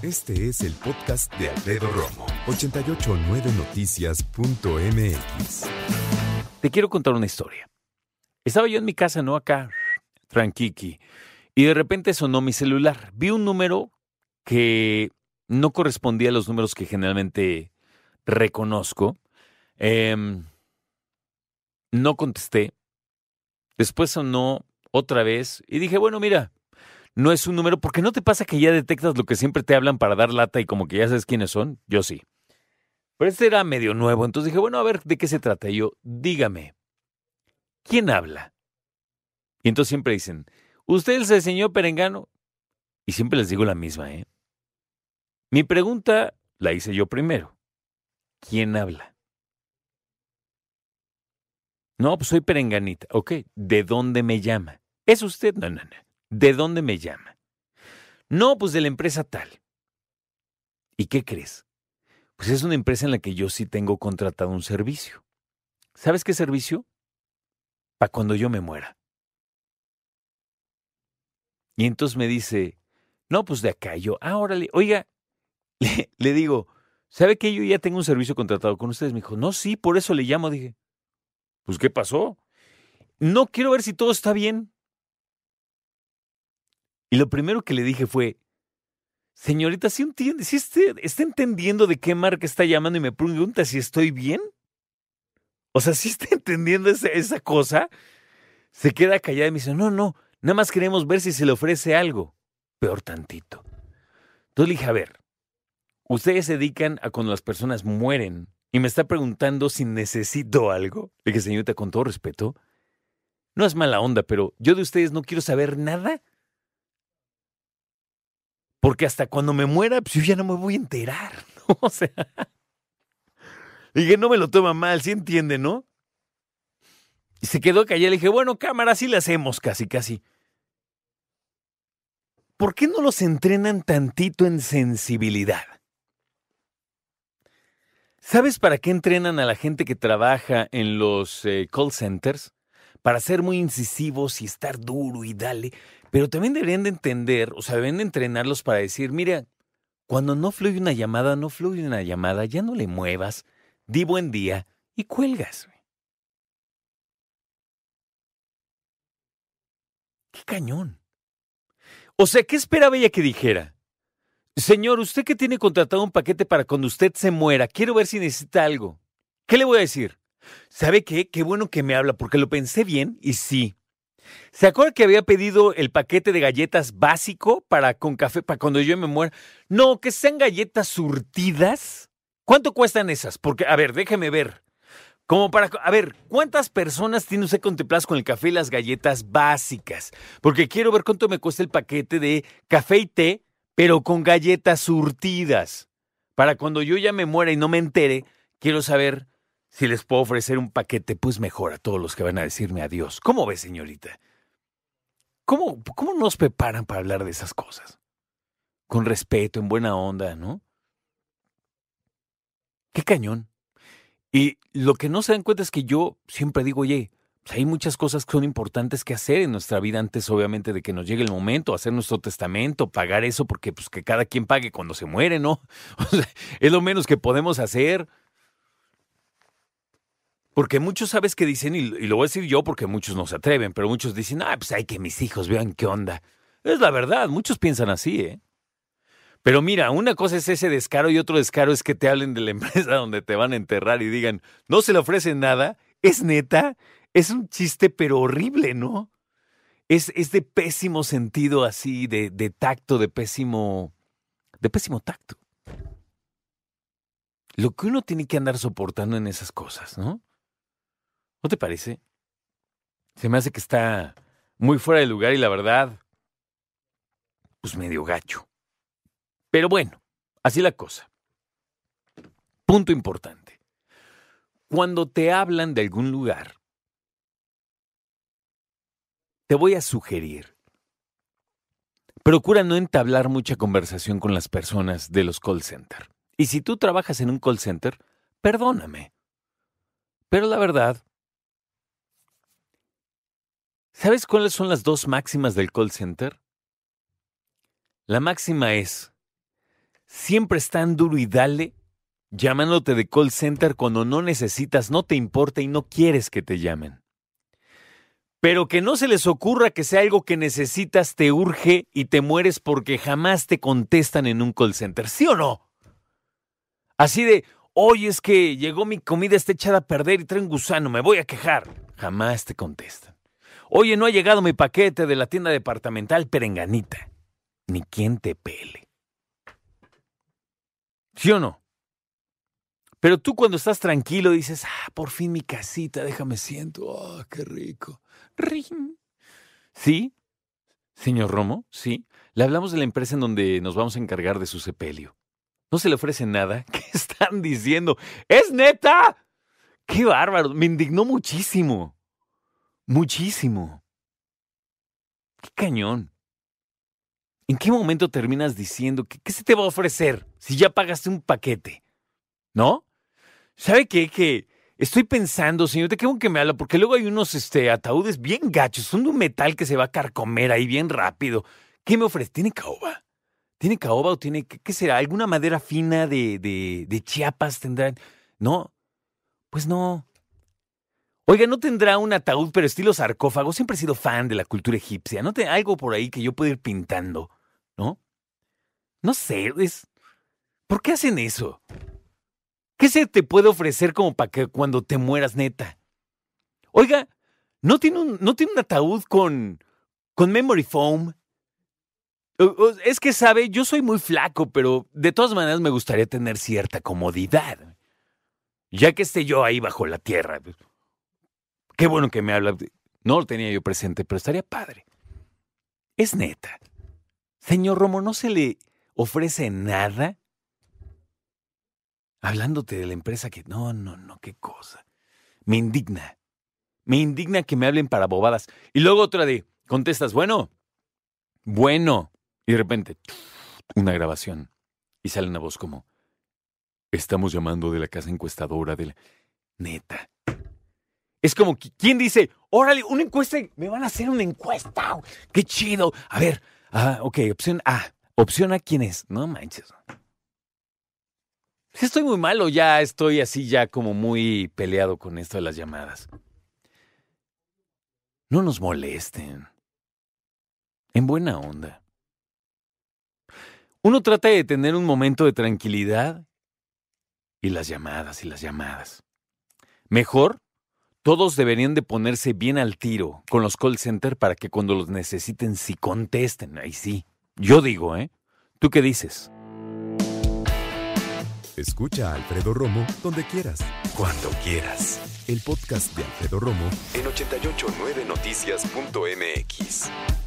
Este es el podcast de Alfredo Romo, 889noticias.mx. Te quiero contar una historia. Estaba yo en mi casa, ¿no? Acá, tranquiqui, y de repente sonó mi celular. Vi un número que no correspondía a los números que generalmente reconozco. No contesté. Después sonó otra vez y dije, bueno, mira, no es un número, porque ¿no te pasa que ya detectas lo que siempre te hablan para dar lata y como que ya sabes quiénes son? Yo sí. Pero este era medio nuevo, entonces dije, bueno, a ver, ¿de qué se trata? Y yo, dígame, ¿quién habla? Y entonces siempre dicen, ¿usted es el señor Perengano? Y siempre les digo la misma, ¿eh? Mi pregunta la hice yo primero. ¿Quién habla? No, pues soy Perenganita. Ok, ¿de dónde me llama? ¿Es usted? No. ¿De dónde me llama? No, pues de la empresa tal. ¿Y qué crees? Pues es una empresa en la que yo sí tengo contratado un servicio. ¿Sabes qué servicio? Para cuando yo me muera. Y entonces me dice, no, pues de acá. Y yo, órale, oiga, le digo, ¿sabe que yo ya tengo un servicio contratado con ustedes? Me dijo, no, sí, por eso le llamo. Dije, pues, ¿qué pasó? No, quiero ver si todo está bien. Y lo primero que le dije fue, señorita, ¿sí entiende? ¿Sí está entendiendo de qué marca está llamando y me pregunta si estoy bien? O sea, ¿sí está entendiendo esa cosa? Se queda callada y me dice, no, nada más queremos ver si se le ofrece algo. Peor tantito. Entonces le dije, a ver, ustedes se dedican a cuando las personas mueren y me está preguntando si necesito algo. Le dije, señorita, con todo respeto, no es mala onda, pero yo de ustedes no quiero saber nada. Porque hasta cuando me muera, pues yo ya no me voy a enterar, ¿no? O sea, dije, no me lo toma mal, ¿sí entiende, no? Y se quedó callada. Le dije, bueno, cámara, así le hacemos casi. ¿Por qué no los entrenan tantito en sensibilidad? ¿Sabes para qué entrenan a la gente que trabaja en los call centers? Para ser muy incisivos y estar duro y dale. Pero también deberían de entender, o sea, deben de entrenarlos para decir, mira, cuando no fluye una llamada, ya no le muevas, di buen día y cuelgas. ¡Qué cañón! O sea, ¿qué esperaba ella que dijera? Señor, usted que tiene contratado un paquete para cuando usted se muera, quiero ver si necesita algo. ¿Qué le voy a decir? ¿Sabe qué? Qué bueno que me habla, porque lo pensé bien y sí. ¿Se acuerda que había pedido el paquete de galletas básico con café para cuando yo me muera? No, que sean galletas surtidas. ¿Cuánto cuestan esas? Porque, a ver, déjeme ver. A ver, ¿cuántas personas tiene usted contempladas con el café y las galletas básicas? Porque quiero ver cuánto me cuesta el paquete de café y té, pero con galletas surtidas. Para cuando yo ya me muera y no me entere, quiero saber si les puedo ofrecer un paquete, pues mejor a todos los que van a decirme adiós. ¿Cómo ve, señorita? ¿Cómo nos preparan para hablar de esas cosas? Con respeto, en buena onda, ¿no? ¡Qué cañón! Y lo que no se dan cuenta es que yo siempre digo, oye, pues hay muchas cosas que son importantes que hacer en nuestra vida antes, obviamente, de que nos llegue el momento, hacer nuestro testamento, pagar eso, porque pues que cada quien pague cuando se muere, ¿no? O sea, es lo menos que podemos hacer. Porque muchos, ¿sabes qué dicen? Y lo voy a decir yo porque muchos no se atreven, pero muchos dicen, pues hay que mis hijos vean qué onda. Es la verdad, muchos piensan así, ¿eh? Pero mira, una cosa es ese descaro y otro descaro es que te hablen de la empresa donde te van a enterrar y digan, no se le ofrece nada, es neta, es un chiste pero horrible, ¿no? Es de pésimo sentido así, de tacto, de pésimo tacto. Lo que uno tiene que andar soportando en esas cosas, ¿no? ¿No te parece? Se me hace que está muy fuera de lugar y la verdad, pues medio gacho. Pero bueno, así la cosa. Punto importante. Cuando te hablan de algún lugar, te voy a sugerir, procura no entablar mucha conversación con las personas de los call center. Y si tú trabajas en un call center, perdóname. Pero la verdad, ¿sabes cuáles son las dos máximas del call center? La máxima es, siempre están duro y dale, llamándote de call center cuando no necesitas, no te importa y no quieres que te llamen. Pero que no se les ocurra que sea algo que necesitas, te urge y te mueres porque jamás te contestan en un call center, ¿sí o no? Así de, oye, es que llegó mi comida, está echada a perder y trae un gusano, me voy a quejar. Jamás te contestan. Oye, no ha llegado mi paquete de la tienda departamental Perenganita. Ni quien te pele. ¿Sí o no? Pero tú cuando estás tranquilo dices, por fin mi casita, déjame siento, qué rico. Rin. ¿Sí? Señor Romo, sí. Le hablamos de la empresa en donde nos vamos a encargar de su sepelio. ¿No se le ofrece nada? ¿Qué están diciendo? ¡Es neta! ¡Qué bárbaro! Me indignó muchísimo. Muchísimo. ¡Qué cañón! ¿En qué momento terminas diciendo qué se te va a ofrecer si ya pagaste un paquete? ¿No? ¿Sabe qué? Que estoy pensando, señor, qué bueno que me habla, porque luego hay unos ataúdes bien gachos, son de un metal que se va a carcomer ahí bien rápido. ¿Qué me ofrece? ¿Tiene caoba? ¿Tiene caoba o tiene, qué será? ¿Alguna madera fina de Chiapas tendrán? ¿No? Pues no. Oiga, ¿no tendrá un ataúd pero estilo sarcófago? Siempre he sido fan de la cultura egipcia. ¿No tiene algo por ahí que yo pueda ir pintando? ¿No? No sé, ¿por qué hacen eso? ¿Qué se te puede ofrecer como para que cuando te mueras, neta? Oiga, ¿no tiene un ataúd con memory foam? Es que, ¿sabe? Yo soy muy flaco, pero de todas maneras me gustaría tener cierta comodidad. Ya que esté yo ahí bajo la tierra. Qué bueno que me habla. No lo tenía yo presente, pero estaría padre. Es neta. Señor Romo, ¿no se le ofrece nada? Hablándote de la empresa que... No, qué cosa. Me indigna. Me indigna que me hablen para bobadas. Y luego otra de... Contestas, bueno. Y de repente, una grabación. Y sale una voz como... Estamos llamando de la casa encuestadora de la... Neta. Es como, ¿quién dice? Órale, una encuesta, me van a hacer una encuesta. ¡Qué chido! A ver, ok, opción A. Opción A, ¿quién es? No manches. Si estoy muy malo, ya estoy así ya como muy peleado con esto de las llamadas. No nos molesten. En buena onda. Uno trata de tener un momento de tranquilidad y las llamadas. Mejor, todos deberían de ponerse bien al tiro con los call center para que cuando los necesiten sí contesten. Ahí sí. Yo digo, ¿eh? ¿Tú qué dices? Escucha a Alfredo Romo donde quieras, cuando quieras. El podcast de Alfredo Romo en 889noticias.mx.